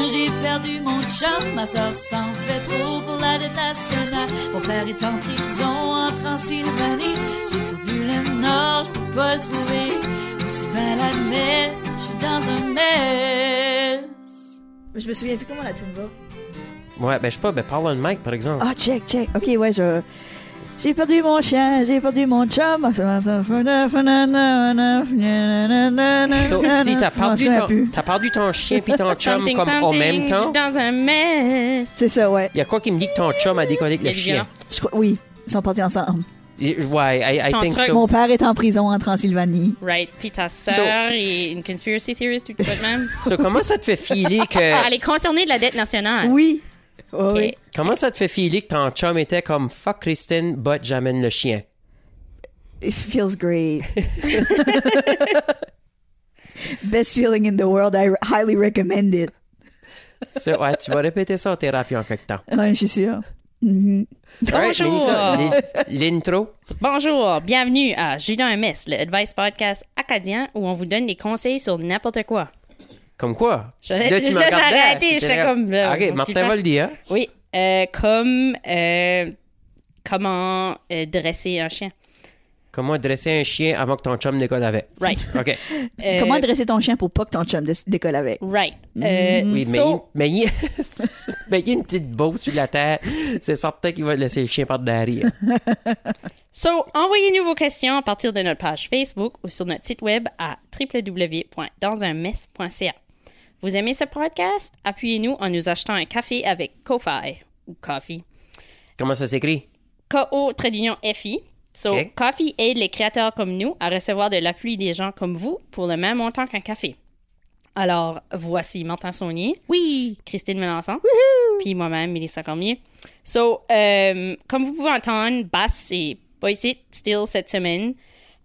j'ai perdu mon chum. Ma soeur s'en fait trop pour la dette nationale. Mon père est en prison en Transylvanie. J'ai perdu le nord, je peux pas le trouver. Aussi bien l'admettre, je suis dans un mess. Je me souviens plus comment la tune va. Ouais, ben je sais pas, ben parle dans le mic par exemple. Ah, check. Ok, ouais, j'ai perdu mon chien, j'ai perdu mon chum. So, si t'as perdu ton chien puis ton chum comme en même temps. Dans un mess. C'est ça, ouais. Il y a quoi qui me dit que ton chum a décollé avec le chien? Je crois, oui, ils sont partis ensemble. Ouais, I think so. Mon père est en prison en Transylvanie. Right. Puis ta sœur est une conspiracy theorist ou quoi de même? So, comment ça te fait filer que... Elle est concernée de la dette nationale. Oui. Okay. Oui. Comment ça te fait filer que ton chum était comme « Fuck Christine, but j'amène le chien ». It feels great. Best feeling in the world. I highly recommend it. So, ouais, tu vas répéter ça en thérapie en quelque temps. Ouais, je suis sûre. Mm-hmm. Bonjour. Mélissa, l'intro. Bonjour, bienvenue à J'ai dans un mess, le advice podcast acadien où on vous donne des conseils sur n'importe quoi. Comme quoi? Là, j'ai arrêté, j'étais comme... OK, Martin va le dire. Oui, comme comment dresser un chien. Comment dresser un chien avant que ton chum décolle avec. Right. OK. Comment dresser ton chien pour pas que ton chum décolle avec. Right. Oui, mais il y a une petite botte sur la tête. C'est certain qu'il va laisser le chien par derrière. So, envoyez-nous vos questions à partir de notre page Facebook ou sur notre site web à www.dansunmess.ca. Vous aimez ce podcast? Appuyez-nous en nous achetant un café avec Ko-Fi ou Coffee. Comment ça s'écrit? Ko-Fi. So, Okay. Coffee aide les créateurs comme nous à recevoir de l'appui des gens comme vous pour le même montant qu'un café. Alors, voici Martin Saunier. Oui! Christine Melançon. Puis moi-même, Mélissa Cormier. So, comme vous pouvez entendre, Bass et Boycett Still cette semaine.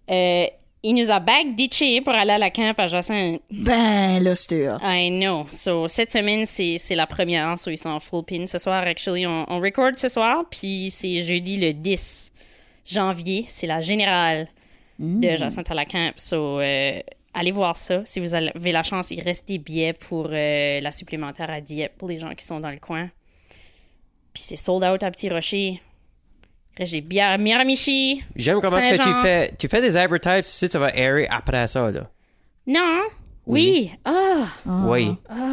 Il nous a backditché pour aller à la camp à Jacinthe. Ben, là, c'est sûr. I know. So, cette semaine, c'est la première. So, ils sont en full pin ce soir. Actually, on record ce soir. Puis, c'est jeudi le 10 janvier. C'est la générale de Jacinthe à la camp. So, allez voir ça. Si vous avez la chance, il reste des billets pour la supplémentaire à Dieppe pour les gens qui sont dans le coin. Puis, c'est sold out à Petit Rocher. J'ai Miramichi. J'aime comment est-ce que Saint-Jean. tu fais des advertises, tu sais, ça va airer après ça, là. Non. Oui. Ah. Oui.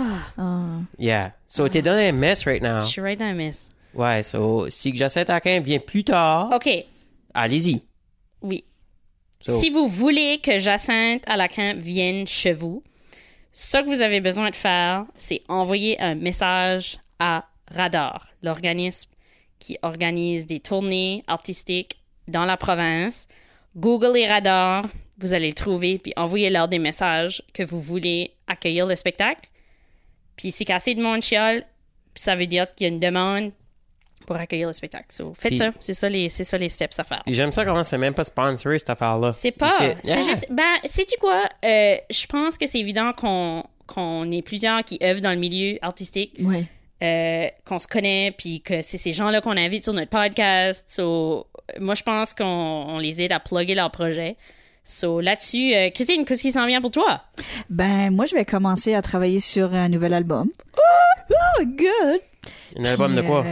Yeah. So, t'es dans un mess right now. Je suis right dans le mess. Ouais, so, si Jacinthe à Camp vient plus tard, OK. allez-y. Oui. So. Si vous voulez que Jacinthe à la camp vienne chez vous, ce que vous avez besoin de faire, c'est envoyer un message à Radar, l'organisme qui organise des tournées artistiques dans la province. Googlez Radar, vous allez le trouver, puis envoyez-leur des messages que vous voulez accueillir le spectacle. Puis si assez de monde chiale, ça veut dire qu'il y a une demande pour accueillir le spectacle. So, faites Puis, ça, c'est ça les steps à faire. Et j'aime ça comment c'est même pas sponsoré, cette affaire-là. C'est pas. C'est juste. Ben, sais-tu quoi? Je pense que c'est évident qu'on est plusieurs qui œuvrent dans le milieu artistique. Ouais. Qu'on se connaît, puis que c'est ces gens-là qu'on invite sur notre podcast. So, moi, je pense qu'on les aide à plugger leur projet. So, là-dessus, Christine, qu'est-ce qui s'en vient pour toi? Ben, moi, je vais commencer à travailler sur un nouvel album. Oh, good! Un album de quoi?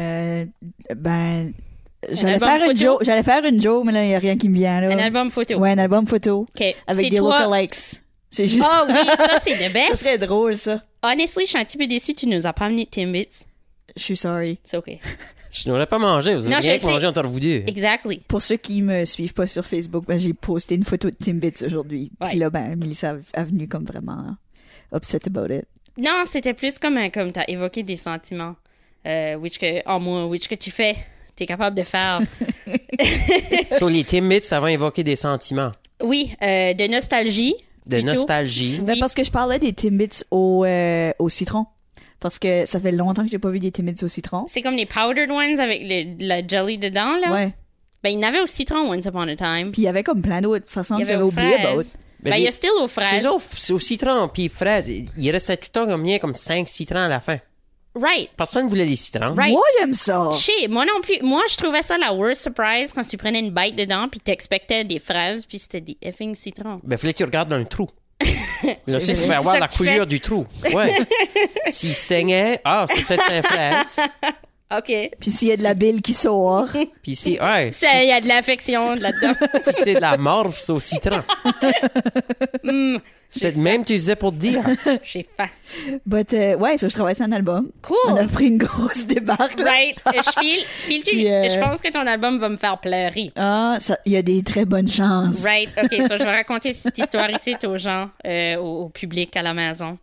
Ben, album photo? j'allais faire une joke, mais là, il n'y a rien qui me vient, là. Un album photo. Ouais, un album photo. OK. Avec C'est des toi... lookalikes. C'est juste. Ah oui, ça, c'est the Ça best. serait drôle, ça. Honestly, je suis un petit peu déçue. Tu nous as pas amené de Timbits. Je suis sorry. C'est OK. Je n'aurais pas mangé. Vous Non, avez rien je que sais. mangé entre vous deux. Exactly. Pour ceux qui me suivent pas sur Facebook, ben, j'ai posté une photo de Timbits aujourd'hui. Ouais. Puis là, ben, Melissa a venu comme vraiment upset about it. Non, c'était plus comme t'as évoqué des sentiments. Which que tu fais. T'es capable de faire. Sur les Timbits, ça va invoquer des sentiments. Oui, de nostalgie. De plutôt. nostalgie. Ben, parce que je parlais des Timbits au citron. Parce que ça fait longtemps que j'ai pas vu des Timbits au citron. C'est comme les powdered ones avec la jelly dedans, là. Ouais. Ben, il y en avait au citron once upon a time. Puis il y avait comme plein d'autres façons Il y que avait j'avais aux oublié about. fraises. Ben, il y a still aux fraises. C'est au citron puis fraises. Il restait tout le temps comme 5 citrons à la fin. Right. Personne voulait des citrons. Right. Moi, j'aime ça. Shit, moi non plus. Moi, je trouvais ça la worst surprise quand tu prenais une bite dedans puis t'expectais des fraises puis c'était des effing citrons. Ben, fallait que tu regardes dans le trou. Là, C'est tu vrai. pouvais avoir C'est la ça que tu couleur fais. du trou. Ouais. S'il saignait, c'est cette fraise. OK. Puis s'il y a de la bile qui sort. Puis si, ouais, Il y a de l'affection là-dedans. si c'est de la morve, c'est au citron. C'est de même tu faisais pour te dire. J'ai faim. But, ouais, ça, je travaille sur un album. Cool. On a pris une grosse débarque, là. Right. File-tu? Puis, Je pense que ton album va me faire pleurer. Ah, il y a des très bonnes chances. Right. OK, je vais raconter cette histoire ici aux gens, au public à la maison.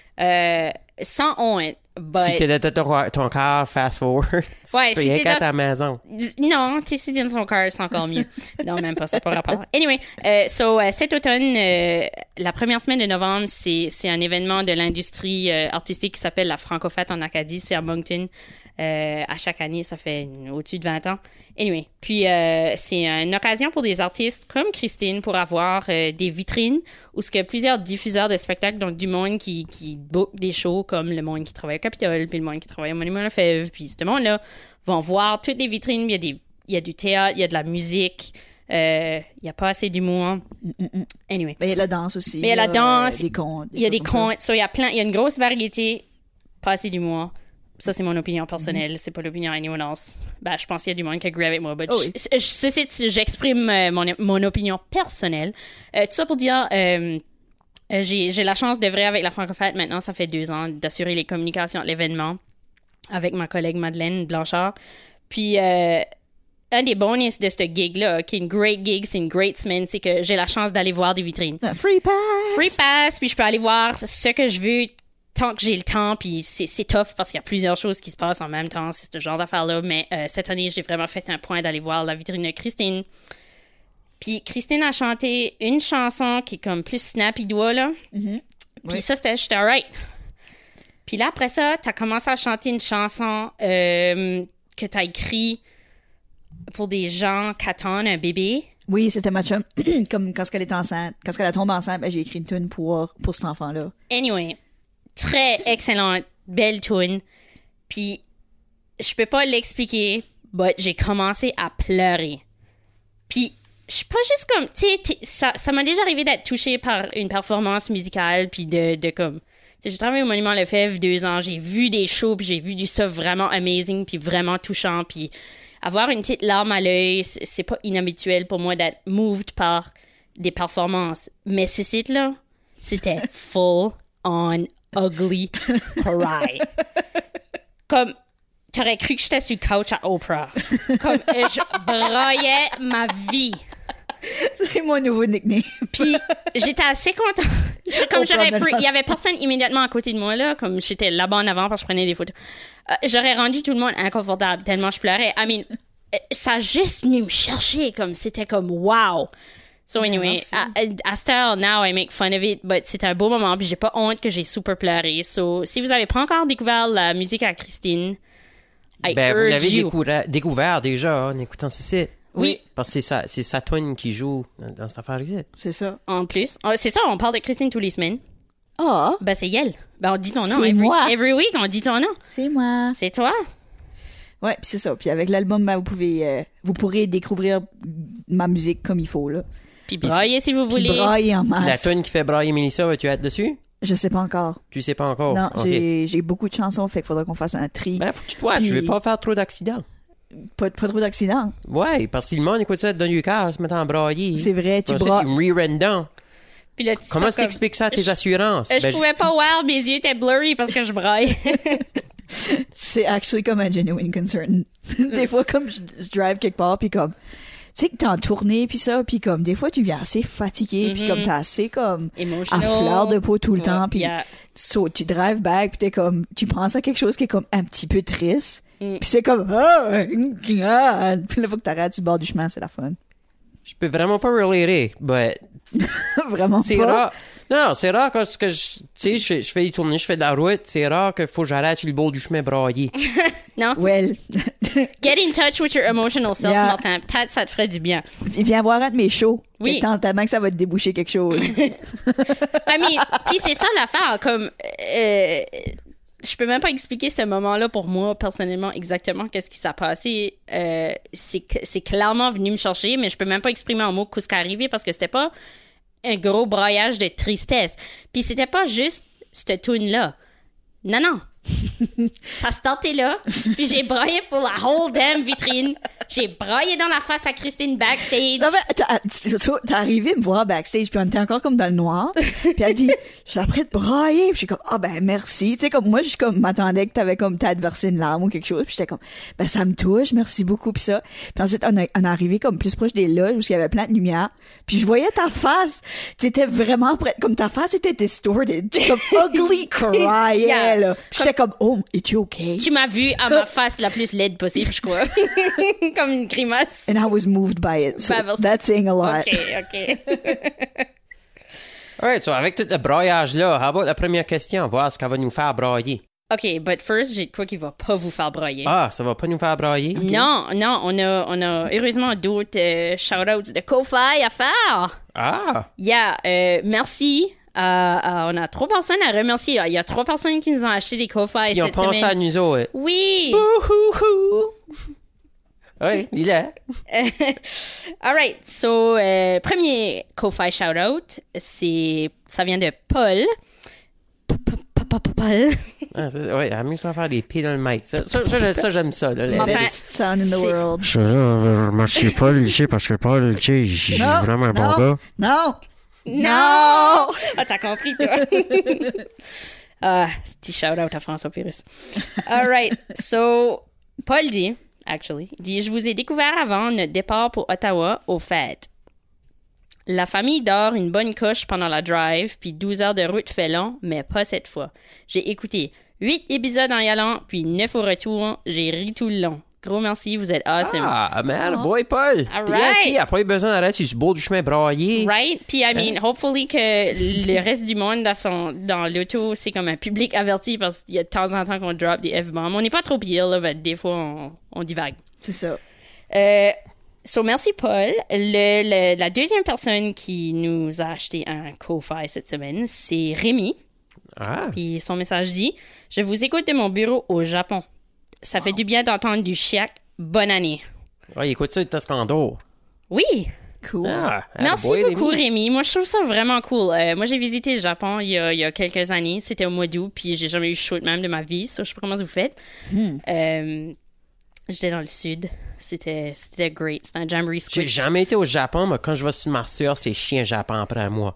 Sans honte. But... Si t'étais ton cœur fast-forward, Ouais, tu si rien t'es qu'à dans- ta maison. Non, tu sais, dans son cœur, c'est encore mieux. Non, même pas, ça n'a pas rapport. Anyway, cet automne, la première semaine de novembre, c'est un événement de l'industrie artistique qui s'appelle la Francofête en Acadie. C'est à Moncton. À chaque année, ça fait au-dessus de 20 ans. Anyway, puis c'est une occasion pour des artistes comme Christine pour avoir des vitrines où ce que plusieurs diffuseurs de spectacles, donc du monde qui book des shows comme le monde qui travaille au Capitole, puis le monde qui travaille au Monument Lefebvre, puis ce monde-là vont voir toutes les vitrines. Il y a du théâtre, il y a de la musique, il n'y a pas assez d'humour. Anyway. Ben, il y a la danse aussi. Mais il y a la danse, des contes. Il y a des choses comme contes, il y a une grosse variété, pas assez d'humour. Ça, c'est mon opinion personnelle. C'est pas l'opinion d'anyone else. Ben, je pense qu'il y a du monde qui agree avec moi. But Oh oui. j'exprime mon opinion personnelle. Tout ça pour dire, j'ai la chance d'œuvrer avec la Francofête maintenant. Ça fait 2 ans d'assurer les communications de l'événement avec ma collègue Madeleine Blanchard. Puis, un des bonus de ce gig-là, qui est une great gig, c'est une great semaine, c'est que j'ai la chance d'aller voir des vitrines. ça. Free pass! Free pass, puis je peux aller voir ce que je veux tant que j'ai le temps, puis c'est tough parce qu'il y a plusieurs choses qui se passent en même temps, c'est ce genre d'affaires-là, mais cette année, j'ai vraiment fait un point d'aller voir la vitrine de Christine. Puis Christine a chanté une chanson qui est comme plus snappy doigt, là. Puis Oui. ça, j'étais alright. Puis là, après ça, t'as commencé à chanter une chanson que t'as écrit pour des gens qui attendent un bébé. Oui, c'était ma chum. Comme quand elle est enceinte. Quand elle tombe enceinte, ben, j'ai écrit une tune pour cet enfant-là. Anyway, très excellente, belle tune. Puis, je peux pas l'expliquer, but j'ai commencé à pleurer. Puis, je suis pas juste comme, tu sais, ça m'a déjà arrivé d'être touchée par une performance musicale, puis de comme, tu sais, j'ai travaillé au Monument Lefebvre 2 ans, j'ai vu des shows, puis j'ai vu du stuff vraiment amazing, puis vraiment touchant, puis avoir une petite larme à l'œil, c'est pas inhabituel pour moi d'être moved par des performances. Mais ce site-là, c'était full on ugly cry. Comme, t'aurais cru que j'étais sur le couch à Oprah. Comme, je braillais ma vie. C'est mon nouveau nickname. Puis, j'étais assez contente. Comme Oprah il y avait personne immédiatement à côté de moi, là. Comme j'étais là-bas en avant parce que je prenais des photos. J'aurais rendu tout le monde inconfortable tellement je pleurais. I mean, ça a juste venu me chercher. Comme, c'était comme wow. So anyway, Merci. à cette heure, now I make fun of it, but c'était un beau moment, puis j'ai pas honte que j'ai super pleuré. So, si vous avez pas encore découvert la musique à Christine, I Ben, vous urge l'avez you. découvert déjà en écoutant ce site. Oui. Parce que c'est sa tune qui joue dans cette affaire-ci. C'est ça. En plus. C'est ça, on parle de Christine tous les semaines. Ah, Ben, c'est elle. Ben, on dit ton nom. C'est moi. Every week, on dit ton nom. c'est moi. C'est toi. Ouais, puis c'est ça. Puis avec l'album, ben, vous pourrez découvrir ma musique comme il faut, là. Puis braillez si vous Puis voulez. brailler en Puis la masse. tune qui fait brailler Mélissa, vas-tu être dessus? Je sais pas encore. Tu sais pas encore? Non, Ok. j'ai beaucoup de chansons, fait qu'il faudra qu'on fasse un tri. Ben, faut que tu te watches. Puis- Je vais pas faire trop d'accidents. Pas trop d'accidents. Ouais, parce que le monde écoute ça dans du cœur, se mettre en brailler. C'est vrai, tu Ensuite, bras. ils me re-random. Puis là, tu Comment sens comme- t'expliques ça à tes Je- assurances? Je Ben, pouvais pas voir, mes yeux étaient blurry parce que je braille. C'est actually comme un genuine concern. Des fois, comme je drive quelque part, puis comme, tu sais que t'es en tournée, puis ça, puis comme, des fois, tu viens assez fatigué, puis comme, t'es assez comme, à Emotional. fleur de peau tout le Ouais, temps, puis yeah. so, tu drive back, puis t'es comme, tu penses à quelque chose qui est comme un petit peu triste, Mm. puis c'est comme, puis là, faut que t'arrêtes sur le bord du chemin, c'est la fun. Je peux vraiment pas relater, but Vraiment c'est pas. rare. Non, c'est rare parce que tu sais, je fais des tournées, je fais de la route, c'est rare qu'il faut que j'arrête sur le bord du chemin brailler. Non? Well, Get in touch with your emotional self, Yeah. Martin. Peut-être ça te ferait du bien. viens voir un de mes shows. Oui. Tant tellement que ça va te déboucher quelque chose. I mean, puis c'est ça l'affaire, comme... je peux même pas expliquer ce moment-là pour moi, personnellement, exactement qu'est-ce qui s'est passé. C'est clairement venu me chercher, mais je peux même pas exprimer en mots ce qui est arrivé parce que c'était pas un gros broyage de tristesse. Puis c'était pas juste cette tune-là. Non. Ça se tentait là, puis j'ai braillé pour la whole damn vitrine. J'ai braillé dans la face à Christine backstage. Non, mais t'es arrivé me voir backstage, puis on était encore comme dans le noir. Puis elle dit, je suis après de brailler. Puis je suis comme, ben merci. Tu sais, comme moi, je comme m'attendais que t'avais comme t'as versé une larme ou quelque chose. Puis j'étais comme, ben ça me touche, merci beaucoup, puis ça. Puis ensuite, on est arrivé comme plus proche des loges où il y avait plein de lumière. Puis je voyais ta face. T'étais vraiment prête. Comme ta face était distorted. Comme ugly crying, Yeah. là. Puis j'étais comme, oh, es-tu okay? Tu m'as vu à ma face la plus laide possible, je crois. Comme une grimace. And I was moved by it. So Ben, merci. that's saying a lot. OK. Alright, so avec tout le broyage-là, how about la première question? Voir ce qu'elle va nous faire broyer. OK, but first, j'ai de quoi qui va pas vous faire broyer. Ah, ça va pas nous faire broyer? Non, on a heureusement d'autres shout-outs de Ko-Fi à faire. Ah! Yeah, merci. On a 3 personnes à remercier. Il y a 3 personnes qui nous ont acheté des Ko-Fi Ils ont cette pensé semaine. à nous autres. Oui! Oui, dis-le. All right, so, premier Ko-Fi shout-out, ça vient de Paul. Paul. Ah, oui, amuse-toi à faire des pieds dans le mic. Ça j'aime ça. Là, Enfin, Best sound in the c'est- world. Je remercie Paul ici parce que Paul, tu sais, il est Non, vraiment un bon non. gars. Non! Non! Ah, t'as compris, toi. Petit shout-out à François Pérus. All right. So, Paul dit, je vous ai découvert avant notre départ pour Ottawa aux fêtes. La famille dort une bonne couche pendant la drive, puis 12 heures de route fait long, mais pas cette fois. J'ai écouté 8 épisodes en y allant, puis 9 au retour. J'ai ri tout le long. Gros merci, vous êtes awesome. Ah, man, boy, Paul. All T'es right. qui? A pas eu besoin d'arrêter sur le bord du chemin braillé. Right? Puis, I mean, hopefully que le reste du monde dans l'auto, c'est comme un public averti parce qu'il y a de temps en temps qu'on drop des F-bombs. On n'est pas trop pire, là, mais des fois, on divague. C'est ça. So, merci, Paul. La deuxième personne qui nous a acheté un Ko-Fi cette semaine, c'est Rémi. Ah. Puis son message dit « Je vous écoute de mon bureau au Japon. Ça fait du bien d'entendre du chiac. Bonne année. Ouais, écoute ça, il Tascando. » Oui! Cool. Ah, Merci boy, beaucoup, Rémi. Rémi. Moi, je trouve ça vraiment cool. Moi, j'ai visité le Japon il y a quelques années. C'était au mois d'août, puis j'ai jamais eu chaud de même de ma vie. Ça, je sais pas comment vous faites. J'étais dans le sud. C'était great. C'était un jamboree J'ai squid. jamais été au Japon, mais quand je vais sur ma soeur, c'est chien Japon après moi.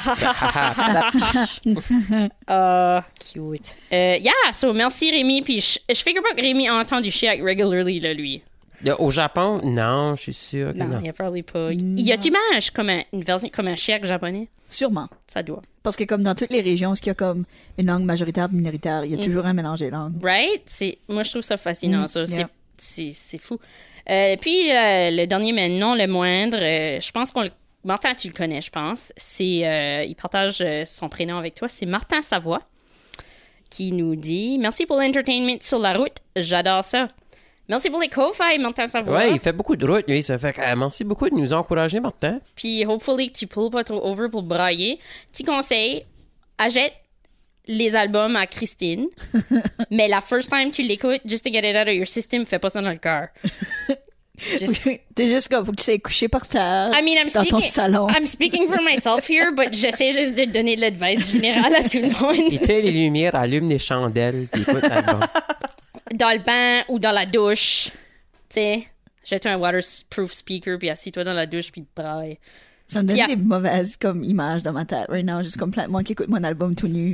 Cute. Yeah, so merci, Rémi. Puis je figure pas que Rémi entend du chiac regularly, là, lui. Au Japon, non, je suis sûr que Non, non. il y a probably pas. Y a-tu mange comme une version, comme un chiac japonais? Sûrement. Ça doit. Parce que comme dans toutes les régions, ce qu'il y a comme une langue majoritaire et minoritaire, il y a toujours un mélange des langues. Right? Moi, je trouve ça fascinant, ça. yeah. C'est fou. Puis, le dernier, mais non le moindre, je pense Martin, tu le connais, je pense. Il partage son prénom avec toi. C'est Martin Savoie qui nous dit « Merci pour l'entertainment sur la route. J'adore ça. » Merci pour les Ko-Fi, Martin Savoie. Ouais, il fait beaucoup de route, lui. Ça fait que, merci beaucoup de nous encourager, Martin. Puis, hopefully, que tu pulls pas trop over pour brailler. Petit conseil, achète les albums à Christine, mais la first time tu l'écoutes, just to get it out of your system, fais pas ça dans le cœur. T'es juste comme, faut que tu sois couché par terre. I mean, dans ton salon. I'm speaking for myself here, but j'essaie juste de donner de l'advice générale à tout le monde. Éteins les lumières, allume les chandelles, puis écoute l'album. Dans le bain ou dans la douche, tu sais, jette un waterproof speaker, puis assis-toi dans la douche, puis braille. Ça me donne Yeah. des mauvaises comme images dans ma tête right now, juste comme plein de monde qui écoute mon album tout nu.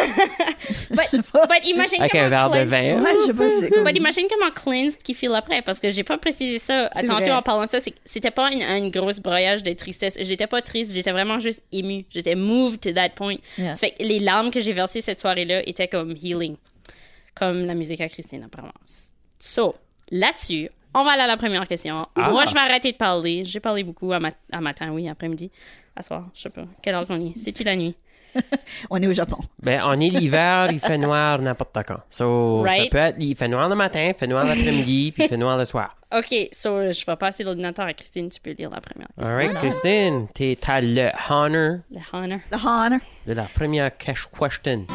But imagine Avec un verre de cleansed- vin. Ouais, je sais pas si c'est comme... But imagine comment cleansed qu'il feel après, parce que j'ai pas précisé ça. C'est Tantôt, vrai. en parlant de ça, c'était pas une grosse broyage de tristesse. J'étais pas triste, j'étais vraiment juste émue. J'étais moved to that point. Yeah. Ça fait que les larmes que j'ai versées cette soirée-là étaient comme healing. Comme la musique à Christine, apparemment. So, là-dessus, on va aller à la première question. Moi, je vais arrêter de parler. J'ai parlé beaucoup à matin, oui, après-midi. À soir, je sais pas. Quelle heure qu'on est? C'est-tu la nuit? On est au Japon. Ben, on est l'hiver, il fait noir n'importe quand. So, Right. ça peut être, il fait noir le matin, il fait noir l'après-midi, puis il fait noir le soir. OK, so, je vais passer l'ordinateur à Christine. Tu peux lire la première question. Alright, Christine, t'as le honor Le honor. The honor. de la première question.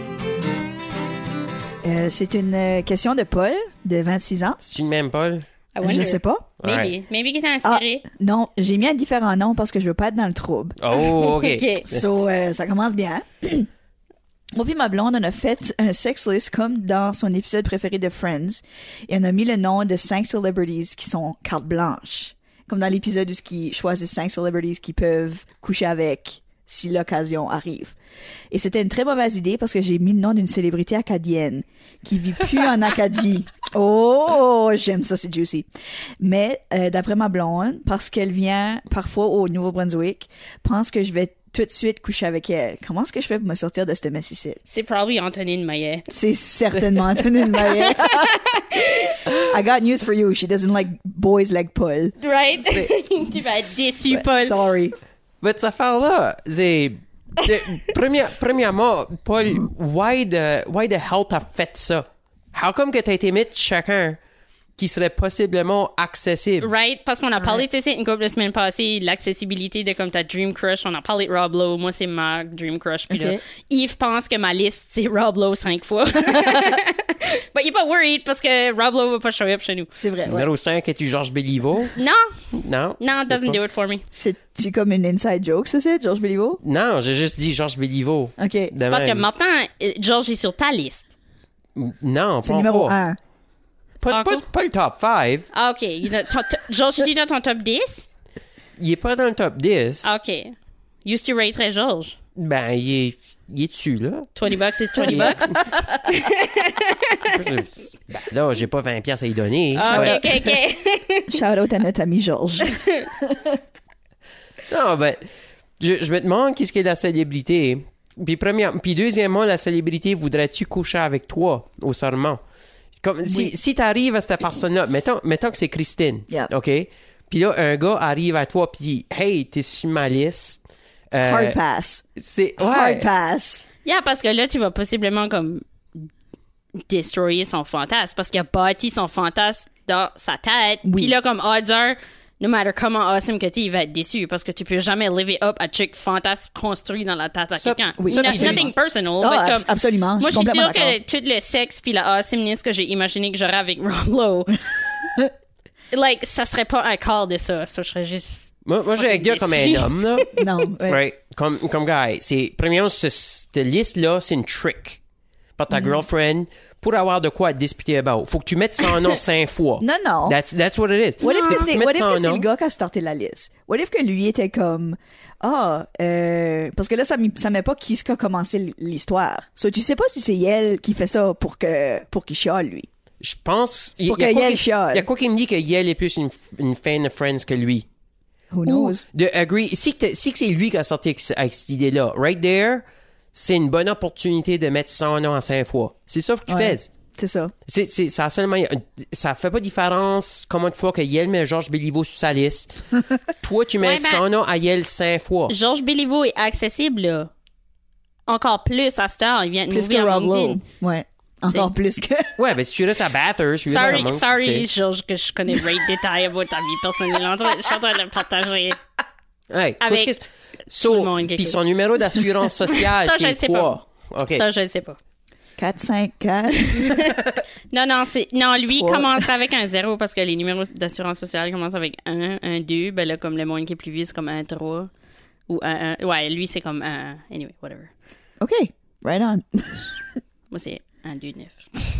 C'est une question de Paul, de 26 ans. C'est-tu le même, Paul? I wonder. Je sais pas. Maybe. Ouais. Maybe qu'il t'a inspiré. Non, j'ai mis un différent nom parce que je veux pas être dans le trouble. Oh, OK. OK. So, ça commence bien. Moi puis ma blonde, on a fait un sex list comme dans son épisode préféré de Friends. Et on a mis le nom de 5 celebrities qui sont carte blanche. Comme dans l'épisode où ils choisissent 5 celebrities qui peuvent coucher avec si l'occasion arrive. Et c'était une très mauvaise idée parce que j'ai mis le nom d'une célébrité acadienne qui vit plus en Acadie. Oh, j'aime ça, c'est juicy. Mais d'après ma blonde, parce qu'elle vient parfois au Nouveau-Brunswick, pense que je vais tout de suite coucher avec elle. Comment est-ce que je fais pour me sortir de cette messe ici? C'est probably Antonine Maillet. C'est certainement Antonine Maillet. I got news for you. She doesn't like boys like Paul. Right? Tu vas être déçu, Paul. Sorry. Mais cette affaire-là, c'est... Premièrement, Paul, why the hell t'as fait ça? How come que t'as été mis chacun qui serait possiblement accessible? Right? Parce qu'on a parlé, tu sais, une couple de semaines passées, l'accessibilité de comme ta Dream Crush. On a parlé de Rob Lowe. Moi, c'est ma Dream Crush. Puis là, Okay. Yves pense que ma liste, c'est Rob Lowe 5 fois. But il est pas worried parce que Rob Lowe va pas show up chez nous. C'est vrai. Ouais. Numéro 5, es-tu Georges Béliveau? Non! Non. Non, it c'est doesn't pas- do it for me. C'est-tu comme une inside joke, ça, c'est Georges Béliveau? Non, j'ai juste dit Georges Béliveau. OK. De Parce que même. maintenant, George est sur ta liste. Non, C'est pas numéro encore. 1. Pas le top 5. Ah, OK. George, est-tu dans ton top 10? Il est pas dans le top 10. Ah, OK. Used to raterait George. Ben, il est dessus, là. 20 bucks is 20 bucks. Ben, là, j'ai pas 20 piastres à y donner. Ah, Ouais. OK, OK. Shout out à notre ami Georges. Non, ben, je me demande qu'est-ce qu'est la célébrité. Puis deuxièmement, la célébrité, voudrais-tu coucher avec toi au serment? Comme, si t'arrives à cette personne-là, mettons que c'est Christine, Yeah. OK? Puis là, un gars arrive à toi puis dit « Hey, t'es sur ma liste. Hard pass. C'est... Ouais. Hard pass. Yeah, parce que là, tu vas possiblement comme destroyer son fantasme parce qu'il a bâti son fantasme dans sa tête. Oui. Puis là, comme odds are, no matter comment awesome que tu es, il va être déçu parce que tu peux jamais live it up à chaque fantasme construit dans la tête à Ça, quelqu'un. oui. Ça, absolument. Nothing personal. Ah, but comme, absolument. moi, je suis complètement sûre d'accord. que tout le sexe puis la awesomeness que j'ai imaginé que j'aurais avec Rob Lowe, like, ça serait pas un quart de ça. Ça serait juste... Moi j'ai un gars comme un déçu. homme, là. Non, ouais. Right? Comme guy. C'est, premièrement, cette liste-là, c'est une trick par ta girlfriend pour avoir de quoi disputer about. Faut que tu mettes son nom 5 fois. Non, non. That's what it is. What if Faut que que tu c'est mettes what if son que c'est nom. le gars qui a starté la liste? What if que lui était comme parce que là ça met pas qui ce qui a commencé l'histoire. So tu sais pas si c'est elle qui fait ça pour qu'il chiale lui. Je pense... Il Pour y a que quoi Yael qui- chiale. il y a quoi qui me dit que Yael est plus une fan de Friends que lui. Who Ou knows? de agree. Si que c'est lui qui a sorti avec cette idée-là, right there, c'est une bonne opportunité de mettre son nom en 5 fois. C'est ça que tu Ouais. fais. C'est ça. Ça seulement, ça fait pas différence combien de fois que Yael met Georges Béliveau sur sa liste. Toi, tu mets Ouais, ben- son nom à Yael 5 fois. Georges Béliveau est accessible, là. Encore plus à cette heure. Il vient de Plus mourir que à Rob Lowe. Moncton. Ouais. Encore C'est- plus que Ouais, ben si tu restes à Bathurst, tu restes à Monk, Sorry, tu sais. Georges, que je connais great détails about ta vie personnelle. Je suis en train de le partager. Ouais, Avec qu'est-ce que- tout le monde, puis quelque son numéro d'assurance sociale, Ça, je le c'est sais quoi? OK. Ça, je ne sais pas. 454. Non, lui, il Trois. commencerait avec un 0 parce que les numéros d'assurance sociale commencent avec 1, 1, 2. Ben là, comme le monde qui est plus vieux, c'est comme 1, 3. Ou 1, 1. Ouais, lui, c'est comme 1. Anyway, whatever. OK. Right on. Moi, c'est 1, 2, 9.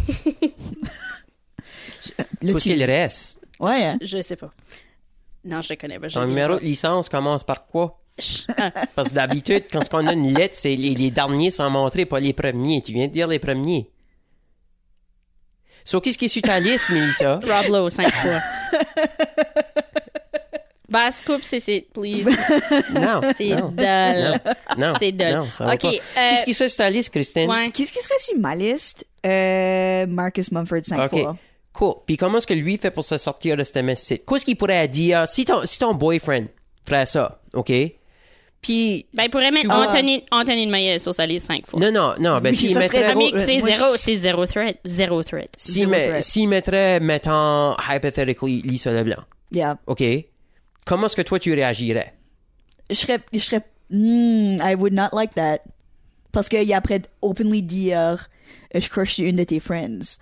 Là, Qu'est-ce qu'il reste? Ouais. Hein? Je sais pas. Non, je le connais pas. Je Ton le dis numéro pas. de licence commence par quoi? Parce que d'habitude, quand on a une lettre, c'est les derniers sont montrés, pas les premiers. Tu viens de dire les premiers. So, qu'est-ce qui est sur ta liste, Mélissa? Rob Lowe, 5 fois. Basse coupe, c'est please. Non. C'est non, dull. Non. C'est dull. Non, ça va OK, pas. Qu'est-ce qui est sur ta liste, Christine? Ouais. Qu'est-ce qui serait sur ma liste? Marcus Mumford 5 OK. fois. Cool. Puis comment est-ce que lui fait pour se sortir de cette messe? Qu'est-ce qu'il pourrait dire si ton boyfriend ferait ça, OK? Puis... Ben, il pourrait mettre Tu vois- Anthony de Maillet sur sa liste 5 fois. Non. Ben, Oui, s'il ça serait mettrait... drôle. Amique, c'est Moi, zéro, c'est zéro threat. Zéro threat. S'il mettrait, mettons, hypothetically, Lisa Leblanc, Yeah. OK? Comment est-ce que toi, tu réagirais? Je serais I would not like that. Parce qu'il a après openly dire je crush sur une de tes friends.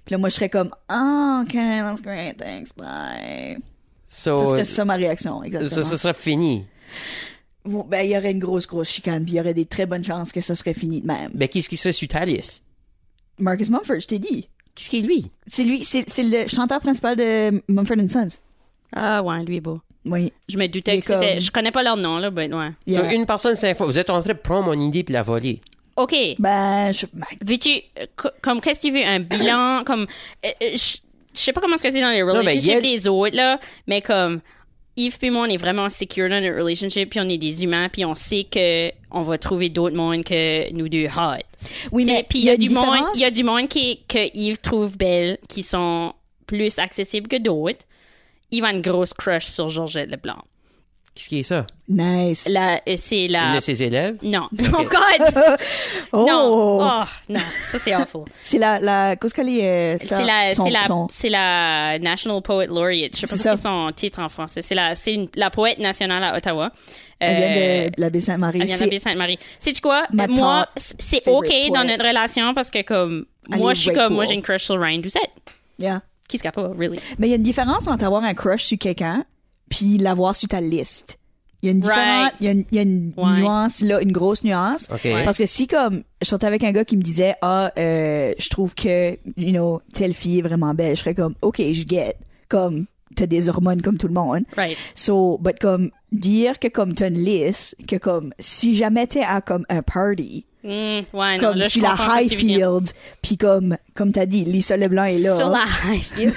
Puis là, moi, je serais comme, oh, OK, that's great, thanks, bye. So, Ça serait ça ma réaction, exactement. ça serait fini. Ben, il y aurait une grosse chicane, puis il y aurait des très bonnes chances que ça serait fini de même. Ben, qu'est-ce qui serait sur ta liste? Marcus Mumford, je t'ai dit. Qu'est-ce qui est lui? C'est lui, c'est le chanteur principal de Mumford & Sons. Ah ouais, lui est beau. Oui. Je me doutais Il est que c'était... comme- Je connais pas leur nom, là, ben ouais. Sur Yeah. une personne 5 fois. Vous êtes en train de prendre mon idée puis la voler. OK. Ben, Veux-tu... Comme, qu'est-ce que tu veux? Un bilan? Comme... je sais pas comment c'est dans les mais relationships il y a- des autres, là, mais comme... Yves puis moi, on est vraiment secure dans notre relationship, puis on est des humains, puis on sait que on va trouver d'autres mondes que nous deux hot. oui, T'sais, mais puis il y a du monde, différence. il y a du monde que Yves trouve belle, qui sont plus accessibles que d'autres. Yves a une grosse crush sur Georgette Leblanc. Qu'est-ce qui est ça? Nice. C'est Une la... de ses élèves? Non. Oh God! Oh! Non. Oh, non. Ça, c'est awful. C'est qu'est-ce qu'elle est, C'est la National Poet Laureate. Je sais pas C'est ce ça. que son titre en français. C'est la poète nationale à Ottawa. elle vient de la Baie-Sainte-Marie. Elle vient de la Baie-Sainte-Marie. Sais-tu quoi? ma Moi, top c'est favorite OK dans poète. notre relation parce que comme Elle moi, est je suis way comme, moi, cool. j'ai une crush sur Ryan Doucette. Yeah. Qui se capte pas, really? Mais il y a une différence entre avoir un crush sur quelqu'un puis l'avoir sur ta liste. Il y a une différence, Right. il y a une Ouais. nuance là, une grosse nuance. OK. Ouais. Parce que si comme je sortais avec un gars qui me disait je trouve que telle fille est vraiment belle, je serais comme OK, je get. Comme t'as des hormones comme tout le monde. Right. So, but comme dire que comme t'as une liste, que comme si jamais t'es à comme un party, Ouais, non, comme là, je sur la comprends ce que tu veux dire. Highfield, puis comme t'as dit, Lisa Leblanc est là. Sur la Highfield.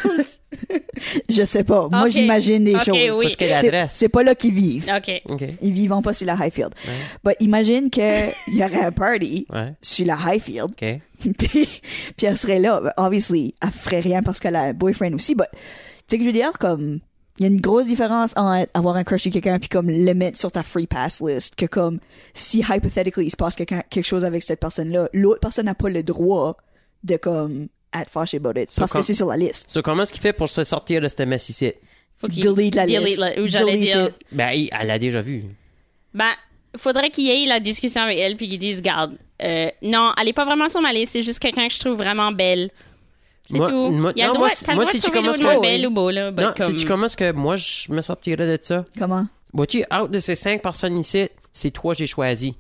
Je sais pas. Moi, Ok. j'imagine des Ok, choses. oui. Parce que C'est l'adresse. c'est pas là qu'ils vivent. OK. OK. Ils vivent pas sur la Highfield. But imagine que il y aurait un party Ouais. sur la Highfield, OK. puis elle serait là. But obviously, elle ferait rien parce qu'elle a un boyfriend aussi. But tu sais que je veux dire, comme il y a une grosse différence entre avoir un crush sur quelqu'un puis comme le mettre sur ta free pass list que comme si hypothetically il se passe quelque chose avec cette personne-là, l'autre personne n'a pas le droit de comme être fâché about it So parce que com- c'est sur la liste. So, comment est-ce qu'il fait pour se sortir de cette messe ici? Faut qu'il Delete la liste. Ou j'allais Delete dire... it. Ben, elle l'a déjà vu. Ben, faudrait qu'il y ait la discussion avec elle puis qu'il dise, garde, non, elle est pas vraiment sur ma liste, c'est juste quelqu'un que je trouve vraiment belle. C'est Moi- tout. moi- Il y a le non, droit, moi, t'as le moi, droit si de tu trouver commences d'autres que- belles ou beaux, là. Non, comme... si tu commences que moi, je me sortirais de ça. Comment? Vois-tu, out de ces 5 personnes ici, c'est toi que j'ai choisi.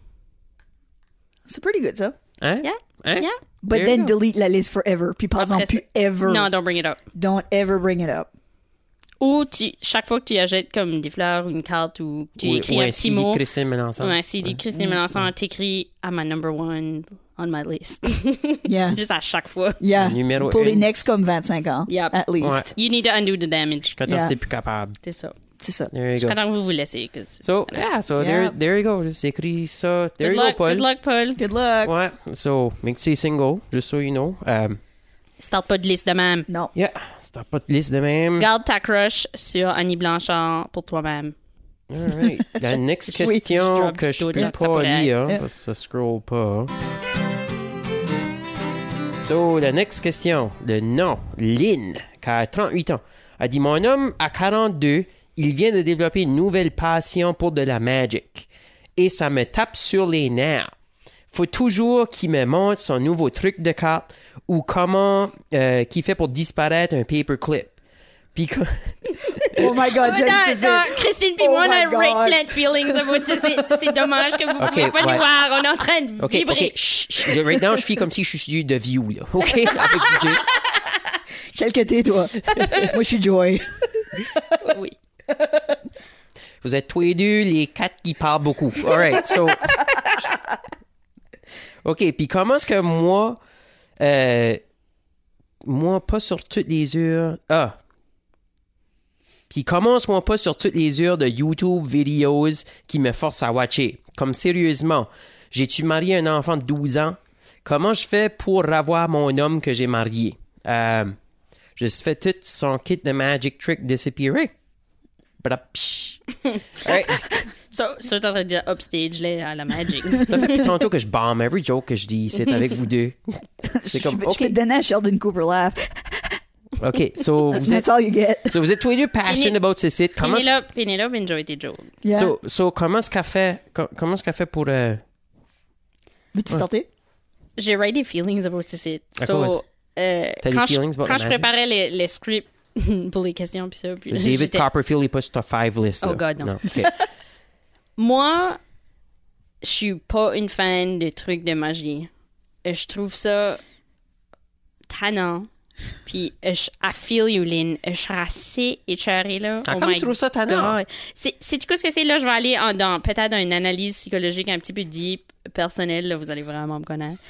C'est pretty good ça. Hein? Yeah. Hein? Yeah. But There then you go. delete la liste forever. Puis pas en Après, plus ever. Non, don't bring it up. Don't ever bring it up. Ou chaque fois que tu achètes comme des fleurs ou une carte ou tu écris ou un un petit CD mot. de Christine Melançon. Ouais, CD Christine Melançon, t'écris à ma number one on my list. Yeah. Juste à chaque fois. Yeah. Numéro Pour les une. next comme 25 ans. Yep. At least. Ouais. You need to undo the damage. Quand Yeah. c'est plus capable. C'est ça. C'est ça. There you Je suis go. content que vous vous laissez. 'Cause So, it's- yeah, so Yeah. there you go. Juste écris ça. There good you luck, go, Paul. good luck, Paul. Good luck. Ouais, so, make c'est single, just so you know. Start pas de liste de même. Non. Yeah, c'est pas de liste de même. Garde ta crush sur Annie Blanchard pour toi-même. Alright. La next Oui, je question drop que du je dos, peux Jack, ça pas pourrait lire, être. parce que ça scroll pas. So, la next question. Le nom, Lynn, qui a 38 ans, a dit « Mon homme a 42, il vient de développer une nouvelle passion pour de la magic. Et ça me tape sur les nerfs. Faut toujours qu'il me montre son nouveau truc de carte ou comment qu'il fait pour disparaître un paperclip. Puis Oh my God, Jen, c'est Christine puis Oh moi, on a my God. right plein de feelings about ça. C'est dommage que vous ne Ok, pouvez pas ouais. nous voir. On est en train de OK, vibrer. OK. Chut. Right now, je fais comme si je suis de View, là. OK? Avec vous deux. Quel que t'es, toi? Moi, je suis Joy. Oui. Vous êtes tous les deux les 4 qui parlent beaucoup. All right, so... OK, puis comment est-ce que moi, pas sur toutes les heures... Ah! Puis commence-moi pas sur toutes les heures de YouTube videos qui me forcent à watcher. Comme sérieusement, j'ai-tu marié un enfant de 12 ans? Comment je fais pour avoir mon homme que j'ai marié? Je fais tout son kit de magic trick disappearer. Brapsh. Alright. Ça, t'es en train de dire upstage là, à la Magic. Ça fait depuis tantôt que je bombe every joke que je dis. C'est avec vous deux. C'est comme, Je peux te OK. donner un Sheldon Cooper laugh. OK, so vous êtes... That's all you get. So, vous êtes tous les deux passionate about ce site. Comment Pénélope enjoy tes jokes. Yeah. so, comment est-ce qu'elle fait pour Veux-tu starter? J'ai right des feelings about ce site. À So, cause? T'as des quand feelings about quand la je magie? préparais les scripts pour les questions, puis ça, puis David j'étais- Copperfield, il passe sur ta 5 list. Oh là. God, non. OK. Moi, je suis pas une fan de trucs de magie. Je trouve ça tannant. Puis, I feel you, Lynn. Je suis assez écœurée, là. Quand même, tu trouves ça tannant? God. C'est quoi ce que c'est, là? Je vais aller peut-être dans une analyse psychologique un petit peu deep, personnelle, là. Vous allez vraiment me connaître.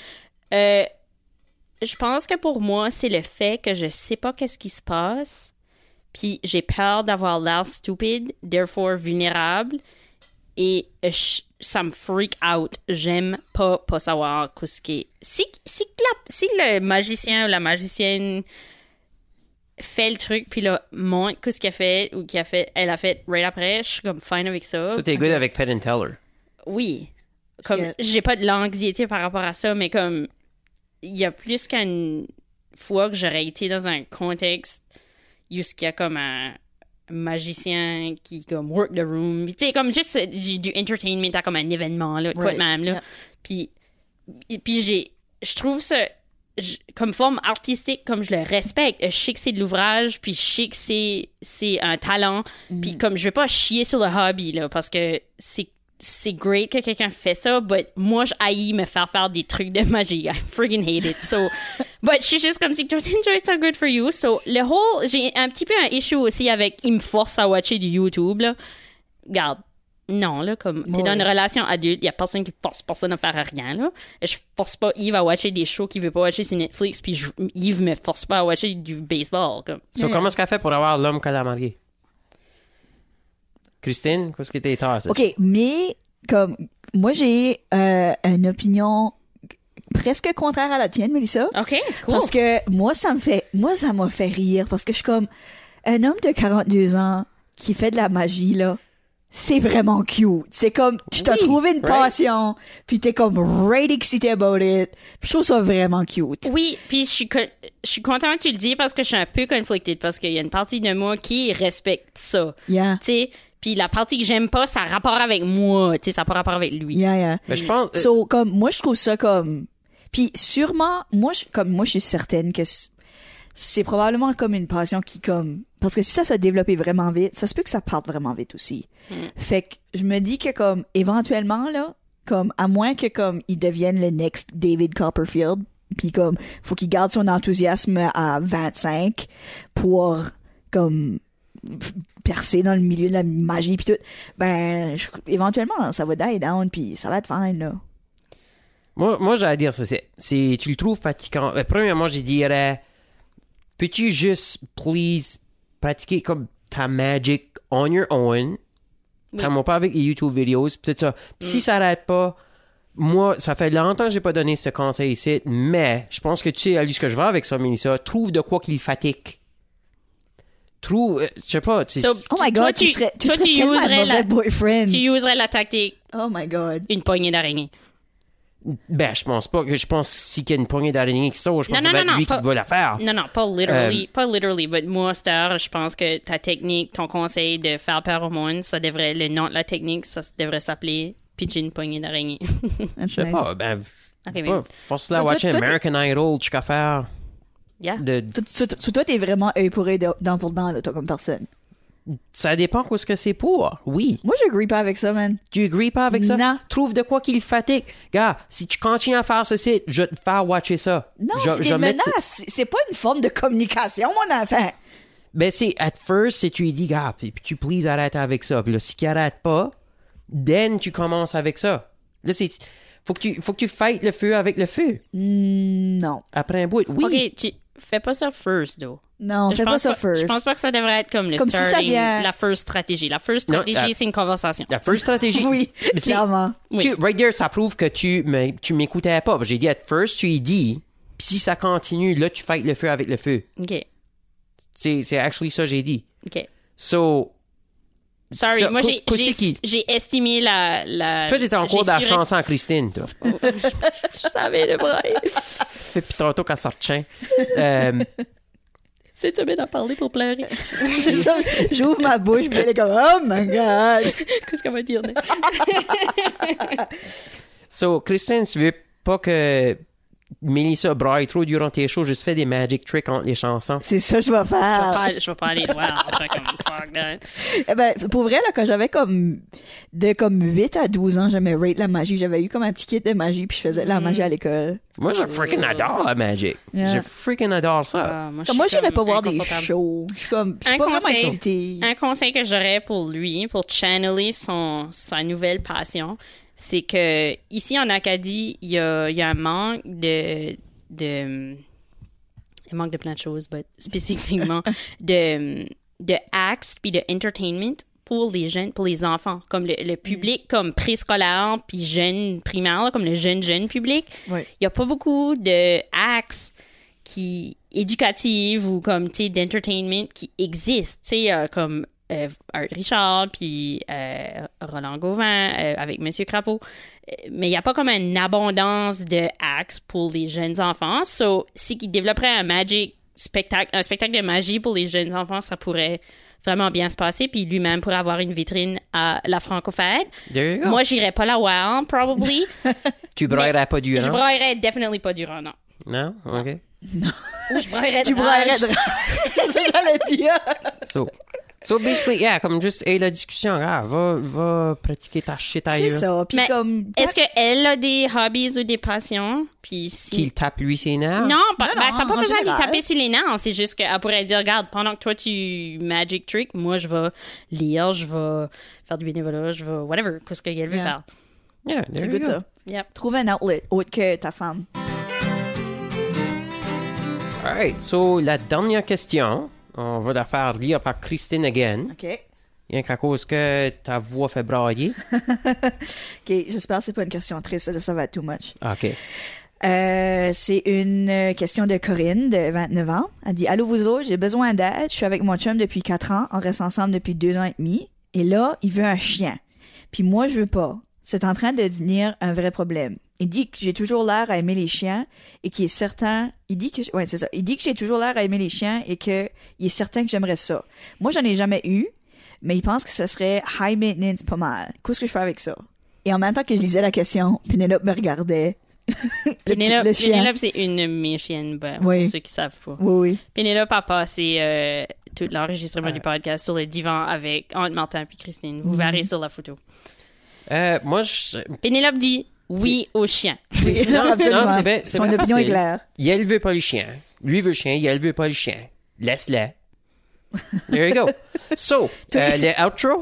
Je pense que pour moi, c'est le fait que je sais pas qu'est-ce qui se passe. Puis, j'ai peur d'avoir l'air stupide, therefore vulnérable. Et ça me freak out. J'aime pas savoir qu'est-ce qui est. Si le magicien ou la magicienne fait le truc, puis là, montre qu'est-ce qu'elle fait ou elle a fait right après, je suis comme fine avec ça. Ça, t'es good avec Penn and Teller. Oui. Comme, Yeah. j'ai pas de l'anxiété par rapport à ça, mais comme, il y a plus qu'une fois que j'aurais été dans un contexte où il y a comme un magicien qui comme work the room, tu sais, comme juste du entertainment à comme un événement là, quoi de même là. Yeah. Puis je trouve ça comme forme artistique, comme je le respecte, je sais que c'est de l'ouvrage, puis je sais que c'est un talent, puis comme je veux pas chier sur le hobby là, parce que c'est great que quelqu'un fait ça, but moi, je haïs me faire des trucs de magie. I friggin' hate it. So, but je suis juste comme si Jordan Joy, so good for you. So, j'ai un petit peu un issue aussi avec, il me force à watcher du YouTube, là. Regarde. Non, là, comme, t'es dans une relation adulte, il y a personne qui force personne à faire rien, là. Je force pas Yves à watcher des shows qu'il veut pas watcher sur Netflix, puis Yves me force pas à watcher du baseball, comme. So, comment est-ce qu'elle fait pour avoir l'homme qu'elle a marié? Christine, qu'est-ce que t'es tard, ça? OK, mais comme moi j'ai une opinion presque contraire à la tienne, Mélissa. OK, cool. Parce que moi ça m'a fait rire parce que je suis comme un homme de 42 ans qui fait de la magie là. C'est vraiment cute. C'est comme tu t'as Oui, trouvé une right? passion, puis t'es comme right excited about it. Puis je trouve ça vraiment cute. Oui, puis je suis contente que tu le dis parce que je suis un peu conflicted parce qu'il y a une partie de moi qui respecte ça. Yeah. Tu sais, puis la partie que j'aime pas, ça a rapport avec moi, tu sais, ça n'a pas rapport avec lui. Yeah. Mais je pense... So, comme, moi, je trouve ça comme, puis sûrement, moi, je suis certaine que c'est probablement comme une passion qui, comme, parce que si ça se développait vraiment vite, ça se peut que ça parte vraiment vite aussi. Fait que je me dis que, comme, éventuellement, là, comme, à moins que, comme, il devienne le next David Copperfield, puis comme, faut qu'il garde son enthousiasme à 25 pour, comme, percer dans le milieu de la magie puis tout, ben éventuellement ça va die down puis ça va être fine là. Moi j'ai à dire ça, c'est tu le trouves fatigant. Premièrement, je dirais, peux-tu juste, please, pratiquer comme ta magic on your own, vraiment pas avec les YouTube videos, pis c'est ça. Pis si ça arrête pas, moi, ça fait longtemps que j'ai pas donné ce conseil ici, mais je pense que tu sais à lui ce que je vais avec ça, Mélissa, trouve de quoi qu'il fatigue. Trouve, je sais pas, tu sais. So, Oh my toi, god, tu serais tu tellement un userais mauvais boyfriend. tu userais la tactique Oh my god. une poignée d'araignée. Ben, je pense pas que, je pense si qu'il y a une poignée d'araignées qui sort, je pense Non, que ça va non, être lui pas- qui va la faire. Non, pas literally, but moi, cette heure, je pense que ta technique, ton conseil de faire peur au monde, ça devrait, le nom de la technique, ça devrait s'appeler pitcher une poignée d'araignée. That's Je sais nice. pas, ben, Ok, je sais mais- pas, force-la à So, watcher toi, American Idol jusqu'à faire Yeah. Toi, t'es vraiment œil pour œil, dent pour dent, là, toi, comme personne. Ça dépend quoi ce que c'est pour. Oui. Moi, j'agree pas avec ça, man. Tu agrees pas avec ça? Non. Trouve de quoi qu'il fatigue. Gars, si tu continues à faire ceci, je vais te faire watcher ça. Non, je, c'est je des vais mettre menaces. C'est pas une forme de communication, mon enfant. Ben, c'est, at first, si tu lui dis, gars, puis tu please arrête avec ça. Puis là, si tu arrête pas, then tu commences avec ça. Là, c'est, faut que tu fightes le feu avec le feu. Non. Après un bout, oui. Ok, tu fais pas ça first, though. Non, fais pas ça first. Je pense pas que ça devrait être comme le Comme si ça starting, vient- la first stratégie. La first Non, stratégie, c'est une conversation. La first stratégie. Oui, Mais c'est- clairement. Oui. Tu, right there, ça prouve que tu m'écoutais pas. J'ai dit, at first, tu y dis, puis si ça continue, là, tu fightes le feu avec le feu. OK. C'est actually ça, j'ai dit. OK. So, Sorry, ça, moi, qu'est-ce qui- j'ai estimé la... toi, t'étais en cours de la j'ai chanson à Christine, toi. Je savais le braille. Puis tantôt, quand ça retient. C'est tu bien à parler pour pleurer. C'est ça. J'ouvre ma bouche, puis elle est comme, oh my god. Qu'est-ce qu'on va dire? Là? So, Christine, tu veux pas que Mélissa braille trop durant tes shows, juste fais des magic tricks entre les chansons. C'est ça que je vais faire. Je vais pas aller loin. Je vais comme fuck that. Eh ben, pour vrai, là, quand j'avais comme 8 à 12 ans, j'aimais rate la magie. J'avais eu comme un petit kit de magie, puis je faisais de la magie à l'école. Moi, je freaking adore la magic. Yeah. Je freaking adore ça. Moi, Comme moi, j'irais pas voir des inconfortable. shows. Je suis comme, je suis Un pas vraiment conseil. excitée. Un conseil que j'aurais pour lui, pour channeler sa nouvelle passion, c'est que ici en Acadie, il y a un manque il manque de plein de choses, mais spécifiquement de acts puis de entertainment pour les jeunes, pour les enfants, comme le public comme préscolaire puis jeune primaire, là, comme le jeune public. Oui. Il y a pas beaucoup de acts éducatives ou comme tu sais d'entertainment qui existent, tu sais comme Art Richard puis Roland Gauvin avec Monsieur Crapeau, mais il n'y a pas comme une abondance de acts pour les jeunes enfants. So si qu'ils développeraient un spectacle de magie pour les jeunes enfants, ça pourrait vraiment bien se passer, puis lui-même pourrait avoir une vitrine à la Francophète. There you go. Moi, j'irais pas la voir, probably. Tu braillerais pas Je durant? braillerais definitely pas durant, non. Non? OK. Ou je braillerais Tu de braillerais rage. de C'est ça que j'allais dire. So basically, yeah, comme juste, la discussion, va pratiquer ta shit C'est ailleurs. ça. Puis Mais comme. Est-ce qu'elle a des hobbies ou des passions? Puis si... Qu'il tape lui ses nerfs? Non, Non, ça n'a pas en besoin de lui général. taper sur les nerfs. C'est juste qu'elle pourrait dire, regarde, pendant que toi tu magic trick, moi je vais lire, je vais faire du bénévolat, je vais whatever, qu'est-ce qu'elle veut Yeah. faire. Yeah, there C'est you good go. ça. Yep. Trouve un outlet autre que ta femme. Alright, so la dernière question, on va la faire lire par Christine again. OK. Rien qu'à cause que ta voix fait brailler. OK, j'espère que c'est pas une question triste, là, ça va être too much. OK. C'est une question de Corinne, de 29 ans. Elle dit « Allô, vous autres, j'ai besoin d'aide. Je suis avec mon chum depuis 4 ans. On reste ensemble depuis 2 ans et demi. Et là, il veut un chien. Puis moi, je veux pas. C'est en train de devenir un vrai problème. Il dit que j'ai toujours l'air à aimer les chiens et qu'il est certain... Il dit que j'ai toujours l'air à aimer les chiens et qu'il est certain que j'aimerais ça. Moi, j'en ai jamais eu, mais il pense que ça serait high maintenance pas mal. Qu'est-ce que je fais avec ça? Et en même temps que je lisais la question, Pénélope me regardait. Le chien. Pénélope, c'est une de mes chiennes, ben, Oui. pour ceux qui savent pas. Oui, oui. Pénélope a passé tout l'enregistrement du podcast sur le divan avec Aunt Martin puis Christine. Vous verrez sur la photo. Moi, je... Pénélope dit oui au chien. Oui, Non, absolument. non, c'est bien Son opinion facile. est claire. Elle veut pas le chien. Lui veut le chien, elle veut pas le chien. Laisse-le. There you go. So, le outro?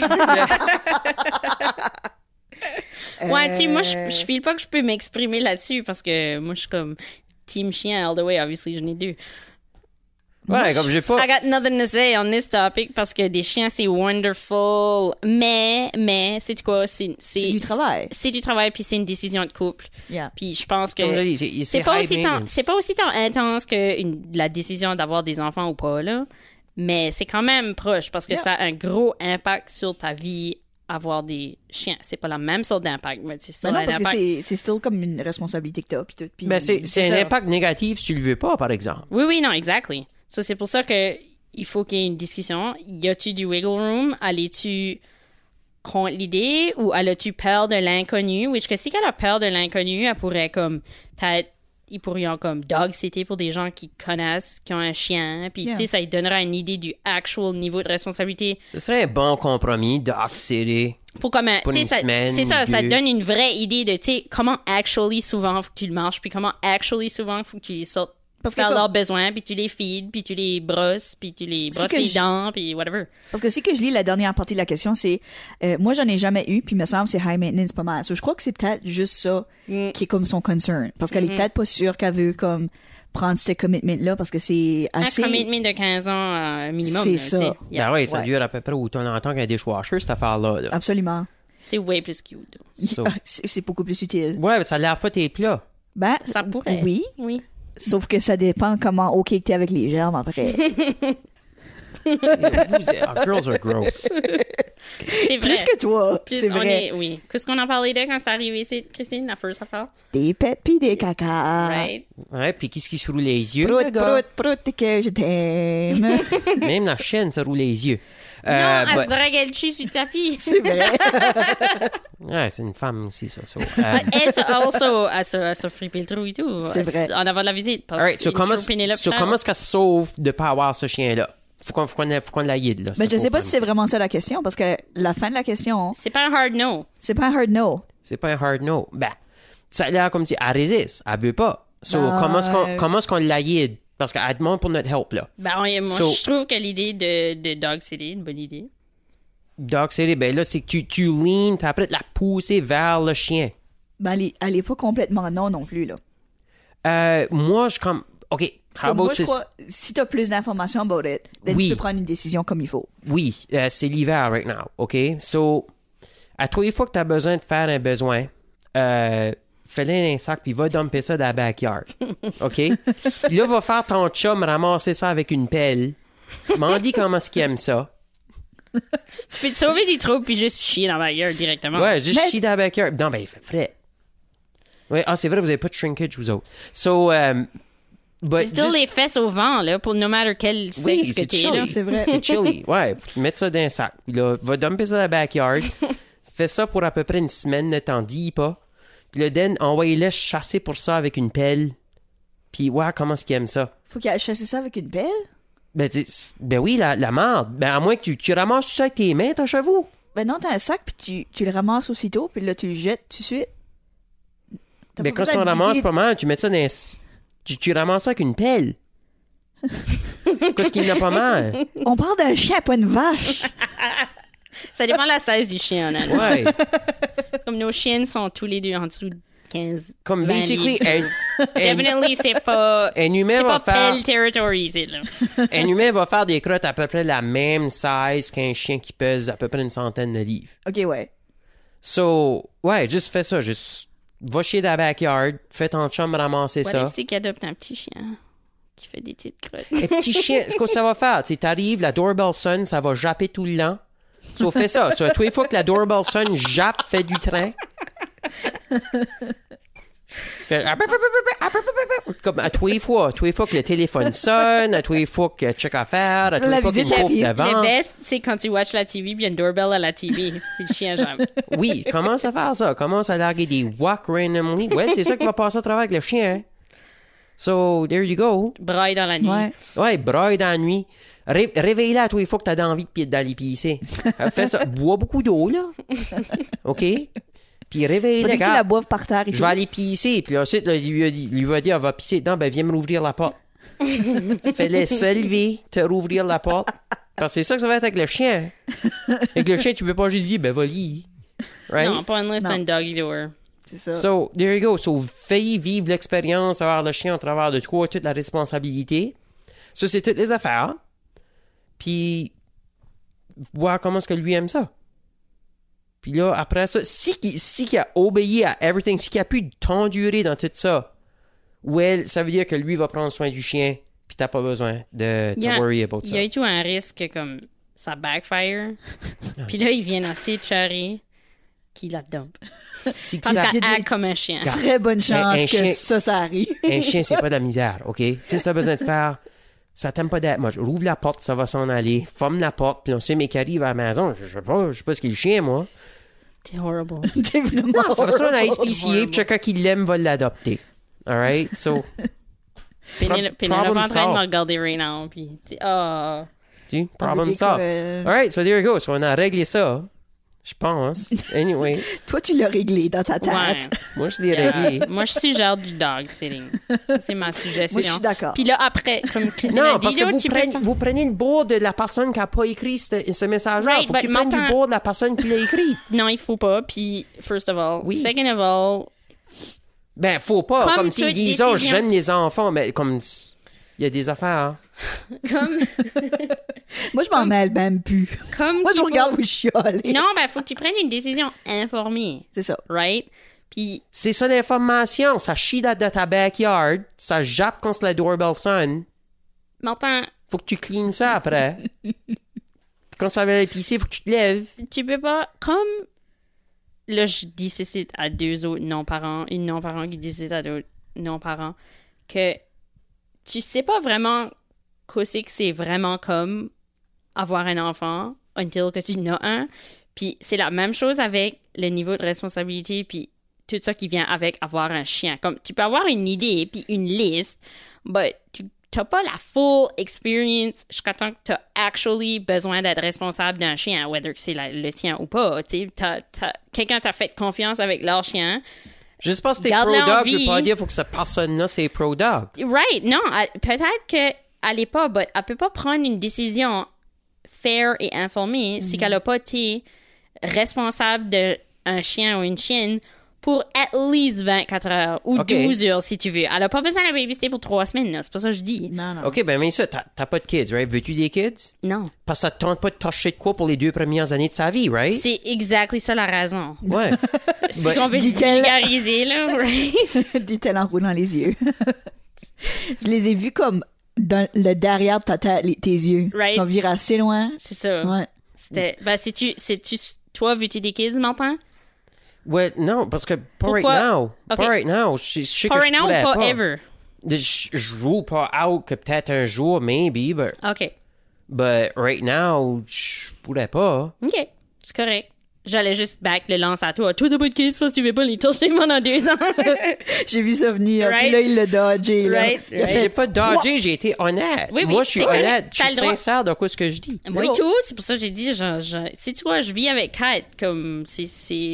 Ouais, tu sais, moi, je file pas que je peux m'exprimer là-dessus parce que moi, je suis comme team chien all the way. Obviously, j'en ai deux. Ouais, comme j'ai pas... I got nothing to say on this topic parce que des chiens, c'est wonderful. Mais, c'est quoi? C'est du travail. C'est du travail, puis c'est une décision de couple. Yeah. Puis je pense que Comme je dis, c'est pas high aussi maintenance. c'est pas aussi tant intense que la décision d'avoir des enfants ou pas, là. Mais c'est quand même proche parce que Yeah. ça a un gros impact sur ta vie avoir des chiens. C'est pas la même sorte d'impact, mais c'est still Mais non, un parce que impact. c'est still comme une responsabilité que t'as. Puis tout. Puis Ben, c'est un ça. impact négatif si tu le veux pas, par exemple. Oui, non, exactly. So, c'est pour ça que il faut qu'il y ait une discussion. Y a-tu du wiggle room? Allais-tu contre l'idée ou allais-tu peur de l'inconnu? Which que si qu'elle a peur de l'inconnu, elle pourrait comme peut-être ils pourraient comme dog-sitter pour des gens qui connaissent, qui ont un chien. Puis, Yeah. tu sais, ça lui donnera une idée du actual niveau de responsabilité. Ce serait un bon compromis, Doc City. Pour comment, Pour tu sais, une ça- semaine, c'est ça, ça deux. donne une vraie idée de, tu sais, comment actually souvent faut que tu le manges, puis comment actually souvent faut que tu les sortes Parce que faire comme- leurs besoins, puis tu les feeds, puis tu les brosses, puis tu les brosses que les je- dents, puis whatever. Parce que si que je lis la dernière partie de la question, c'est moi j'en ai jamais eu, puis il me semble que c'est high maintenance pas mal. So, je crois que c'est peut-être juste ça qui est comme son concern, parce qu'elle est peut-être pas sûre qu'elle veut comme prendre ce commitment là parce que c'est assez. Un commitment de 15 ans minimum. C'est là, ça. tu sais. Yeah. Ben oui, ça Ouais. dure à peu près autant longtemps qu'un dishwasher, cette affaire-là. là. Absolument. C'est way plus cute. So- C'est beaucoup plus utile. Ouais, mais ça lave pas tes plats. Ben, Ça pourrait. oui, Oui. sauf que ça dépend comment ok que t'es avec les germes après. Girls are gross. C'est vrai. Plus que toi, Plus c'est on vrai. est, oui. Qu'est-ce qu'on en parlait de quand c'est arrivé ici, Christine, la first affaire? Des pets pis des caca. Right? Ouais, puis qu'est-ce qui se roule les yeux? le Prout, gars? prout, prout, que je t'aime. Même la chienne se roule les yeux. Non, elle ouais. dirait qu'elle chie sur le tapis. C'est vrai. Ouais, c'est une femme aussi, ça. So, Elle se fripper le trou et tout. C'est vrai. En avant de la visite. Parce alright, que comment Pénélope est-ce qu'elle se sauve de pas avoir ce chien-là? Faut qu'on la guide, là. Mais je cette sais pas pauvre si c'est femme. vraiment ça la question, parce que la fin de la question, C'est pas un hard no. c'est pas un hard no. C'est pas un hard no. Ben, ça a l'air comme si elle résiste. Elle veut pas. So, Ben, comment est-ce qu'on la guide? Parce qu'elle demande pour notre help, là. Ben, moi, So- je trouve que l'idée de Dog City est une bonne idée. Dog City, ben là, c'est que tu leans, puis après, la pousser vers le chien. Ben, elle est pas complètement non plus, là. Moi, je comme... OK, Parce que moi, je crois, si t'as plus d'informations about it, then Oui. tu peux prendre une décision comme il faut. Oui, c'est l'hiver right now, OK? So, à tous les fois que tu as besoin de faire un besoin, fais-le dans un sac puis va dumper ça dans la backyard, OK? Puis là, va faire ton chum ramasser ça avec une pelle. M'en dis comment est-ce qu'il aime ça. Tu peux te sauver du trou puis juste chier dans la gueule directement. Ouais, juste Mais- chier dans la backyard. Non, ben, il fait frais. Ouais, c'est vrai, vous avez pas de shrinkage, vous autres. So, but C'est still just- les fesses au vent, là, pour no matter quel sexe que c'est t'es, chilly. là. C'est vrai. C'est chilly. Ouais, faut mettre ça dans un sac. Puis là, va dumper ça dans la backyard. Fais ça pour à peu près une semaine, ne t'en dis pas. Puis le den, envoie-le chasser pour ça avec une pelle. Puis ouais, comment est-ce qu'il aime ça? Faut qu'elle chasse ça avec une pelle? Ben, ben oui, la marde. Ben à moins que tu ramasses tout ça avec tes mains, ton chevaux. Ben non, t'as un sac, puis tu le ramasses aussitôt, puis là, tu le jettes tout de suite. T'as Ben pas quand besoin on de ramasse diguer. pas mal, tu mets ça dans... Tu ramasses ça avec une pelle. Qu'est-ce qu'il y en a pas mal? On parle d'un chien, pas une vache. Ça dépend de la size du chien, honnêtement. Ouais. Comme nos chiennes sont tous les deux en dessous de 15. Comme 20 basically, livres. Definitely, c'est pas. un humain C'est va pas faire... pelle territory, c'est là. Un humain va faire des crottes à peu près la même size qu'un chien qui pèse à peu près une centaine de livres. OK, ouais. So, ouais, juste fais ça. Juste va chier dans la backyard, fais ton chum ramasser What ça. if c'est qu'il adopte un petit chien qui fait des petites crottes? Un petit chien, ce que ça va faire, tu sais, t'arrives, la doorbell sonne, ça va japper tout le long. So, fais ça. So, tous les fois que la doorbell sonne, jappe, fais du train. Fait- Comme à tous les fois que le téléphone sonne, à tous les fois que check à faire, à tous les La fois qu'il visite couvre arrive. devant. Le best, c'est quand tu watches la TV, puis il y a une doorbell à la TV, puis le chien jappe. Oui, commence à faire ça. Commence à larguer des walks randomly. Ouais, c'est ça qui va passer à travers avec le chien. So, there you go. Braille dans la nuit. Ouais. Ouais, braille dans la nuit. Réveille-la à tous les fois que t'as envie d'aller pisser. Fais ça. Bois beaucoup d'eau, là. OK? Puis réveille-la. Faudrait que tu Regarde, la boives par terre et je tout. vais aller pisser. Puis ensuite, là, il lui a dit, elle va pisser. Non, ben, viens me rouvrir la porte. Fais-le se lever, te rouvrir la porte. Parce que c'est ça que ça va être avec le chien. Avec le chien, tu peux pas juste dire, ben, va-y. Right? Non, pas unless Non. c'est un doggy door. C'est ça. So, there you go. So, fais vivre l'expérience, avoir le chien au travers de toi, toute la responsabilité. Ça, c'est toutes les affaires. Puis, voir comment est-ce que lui aime ça. Puis là, après ça, si qu'il a obéi à everything, si qu'il a pu t'endurer dans tout ça, well, ça veut dire que lui va prendre soin du chien, puis t'as pas besoin de te worry about Il ça. y a eu tout un risque comme ça backfire. Puis là, ils viennent assez charrer qu'il la dump. Si que Parce ça, qu'elle y a des- acte comme un chien. Très bonne chance un que chien- ça arrive. un chien, c'est pas de la misère, OK? Tout ce que t'as besoin de faire, ça t'aime pas d'être moche. Rouvre la porte, ça va s'en aller. Ferme la porte, puis on sait, mais qui arrive à la maison, je sais pas ce qu'il est le chien, moi. C'est horrible. T'es vraiment Non, ça va se rendre à horrible. SPCA, puis chacun qui l'aime va l'adopter. Alright? So, Pénélope est problem en train de solved. me regarder right now. Puis, oh. tu problem Des solved. écoles. Alright, so there you go. So, on a réglé ça. Je pense. Anyway, Toi, tu l'as réglé dans ta tête. Ouais. moi, je l'ai réglé. Moi, je suggère du dog sitting. Ça, c'est ma suggestion. Moi, je suis d'accord. Puis là, après, comme Christine a Non, dit, parce que là, tu peux faire- vous prenez le board de la personne qui n'a pas écrit ce message-là. Right, Faut que tu but prennes du m'entends- board de la personne qui l'a écrit. Non, il faut pas. Puis, first of all. Oui. Second of all, Ben, faut pas. Comme Comme s'ils toute disent, oh, décision- j'aime les enfants, mais comme, il y a des affaires, hein. Moi, je m'en mêle même plus. comme Moi, je qu'il vous faut- regarde vous chialer. Non, ben, faut que tu prennes une décision informée. C'est ça. Right? Puis, C'est ça l'information. Ça chie dans ta backyard. Ça jappe quand la doorbell sonne. maintenant, Faut que tu cleans ça après. Puis quand ça va épicer, faut que tu te lèves. tu peux pas, comme là, je dis ceci à deux autres non-parents, une non-parent qui dit ceci à d'autres non-parents, que tu sais pas vraiment qu'est-ce que c'est vraiment comme avoir un enfant until que tu en as un. Puis c'est la même chose avec le niveau de responsabilité, puis tout ça qui vient avec avoir un chien. Comme tu peux avoir une idée, puis une liste, mais tu n'as pas la full experience jusqu'à temps que tu as actually besoin d'être responsable d'un chien, whether que c'est le tien ou pas. Quelqu'un t'a fait confiance avec leur chien. Juste parce que t'es Garde-le en pro-dog, vie. veut pas dire faut que cette personne-là, c'est pro-dog. Right, non, peut-être qu'elle n'est pas, mais elle peut pas prendre une décision fair et informée si qu'elle n'a pas été responsable d'un chien ou une chienne pour at least 24 heures ou OK. 12 heures si tu veux. Elle n'a pas besoin de la babysitter pour 3 semaines, là. C'est pas ça que je dis. Non, non. OK, ben mais ça, t'as pas de kids, right? Veux-tu des kids? Non. Parce que ça te tente pas de toucher de quoi pour les 2 premières années de sa vie, right? C'est exactement ça la raison. Ouais. C'est Ben, qu'on veut dit-elle. vulgariser, là, right? Dit-elle en roulant les yeux. Je les ai vus comme dans le derrière de tes yeux. Right. Ils ont viré assez loin. C'est ça. Ouais. C'était... Ben, toi, veux-tu des kids, Martin? Ouais, non, parce que pas Pourquoi? right now. OK. Pas right now. Je sais Pas que right je now ou pourrais pas pas. ever? Je joue pas out que peut-être un jour, maybe, OK. but right now, je pourrais pas. OK. C'est correct. J'allais juste back le lance à toi. Toi, t'as pas de kids parce que tu veux pas les toucher pendant 2 ans. J'ai vu ça venir. Right. Puis là, il l'a dodgé. Là. Right, Il a right. J'ai fait, pas dodgé, j'ai été honnête. Oui, oui, Moi, je suis c'est correct. honnête. Je T'as suis le droit. sincère dans quoi ce que je dis. Moi et tout, c'est pour ça que j'ai dit, si tu vois, je vis avec Kat, comme, c'est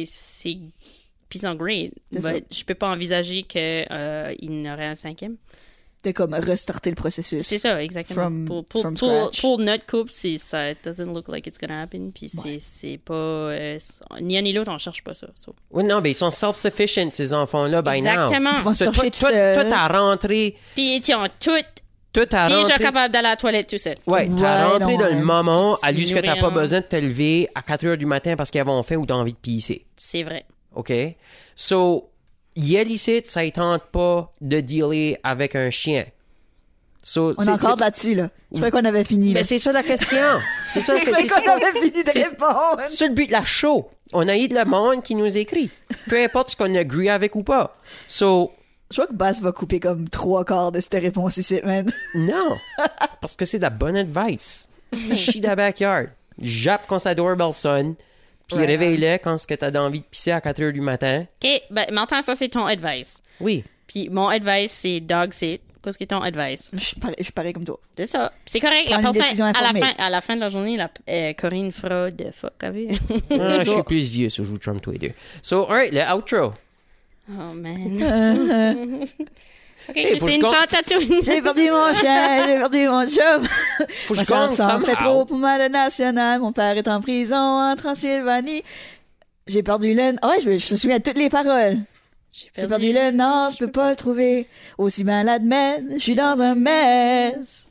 peace and great. C'est ça. Ben, je peux pas envisager qu'il n'aurait un 5e. de comme restarter le processus. C'est ça, exactement. From- from pour scratch. notre couple, ça, it doesn't look like it's gonna happen. Puis c'est pas, ni un ni l'autre, on cherche pas ça. So. Oui, non, mais ils sont self-sufficient, ces enfants-là, by now. Exactement. Ils vont se So, torcher toi, tout seuls. t'as rentré, Puis ils ont toutes t'as déjà rentré, capables d'aller à la toilette tout seul. ouais, t'as Ouais, rentré non, dans ouais. le moment à Se lui que t'as nourrir, pas hein. besoin de te lever à 4 heures du matin parce qu'ils ont faim ou t'as envie de pisser. C'est vrai. OK? So, Yel ici, ça ne tente pas de dealer avec un chien. So, On est encore là-dessus, là. Je croyais qu'on avait fini. Mais là. c'est ça la question. C'est ça, Je croyais qu'on avait fini de c'est- répondre. c'est le but de la show. On a eu de la monde qui nous écrit. Peu importe ce qu'on agree avec ou pas. So, Je crois que Bass va couper comme 3/4 de cette réponse ici, man. non. Parce que c'est de la bonne advice. Chie dans le backyard. Jappe quand sa doorbell sonne. Puis Ouais. réveille-le quand ce que t'as envie de pisser à 4 heures du matin. OK, ben, maintenant, ça, c'est ton advice. Oui. Puis mon advice, c'est dog sit. Qu'est-ce que est ton advice? Je suis pareil comme toi. C'est ça. C'est correct. Prendre une décision informée. À la fin de la journée, Corinne fera de fuck avec. Ah, je suis plus vieux, so je vous trompe tous les deux. So, alright, le outro. Oh, man. OK, faut que c'est je une compte. chante à tout. J'ai perdu mon chien, j'ai perdu mon chum. Faut que je Moi, gagne ça me fait trop somehow. pour mal national. Mon père est en prison en Transylvanie. J'ai perdu le... Ah ouais, je me souviens de toutes les paroles. J'ai perdu le Nord, je peux pas le trouver. Aussi malade, mais je suis dans un mess.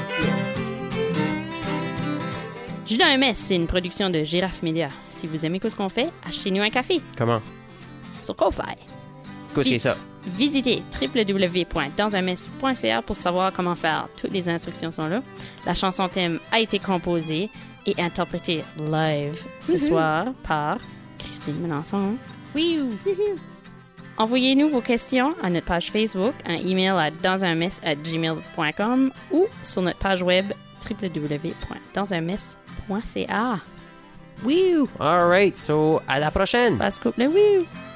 Jus dans un mess, c'est une production de Girafe Media. Si vous aimez ce qu'on fait, achetez-nous un café Comment? sur Ko-Fi. Qu'est-ce que c'est ça? Visitez www.dansunmess.ca pour savoir comment faire. Toutes les instructions sont là. La chanson thème a été composée et interprétée live ce soir par Christine Melançon. Oui. Envoyez-nous vos questions à notre page Facebook, un email à dansunmess@gmail.com ou sur notre page web www.dansunmess.ca. Oui. Alright, so à la prochaine. Passe couple, oui.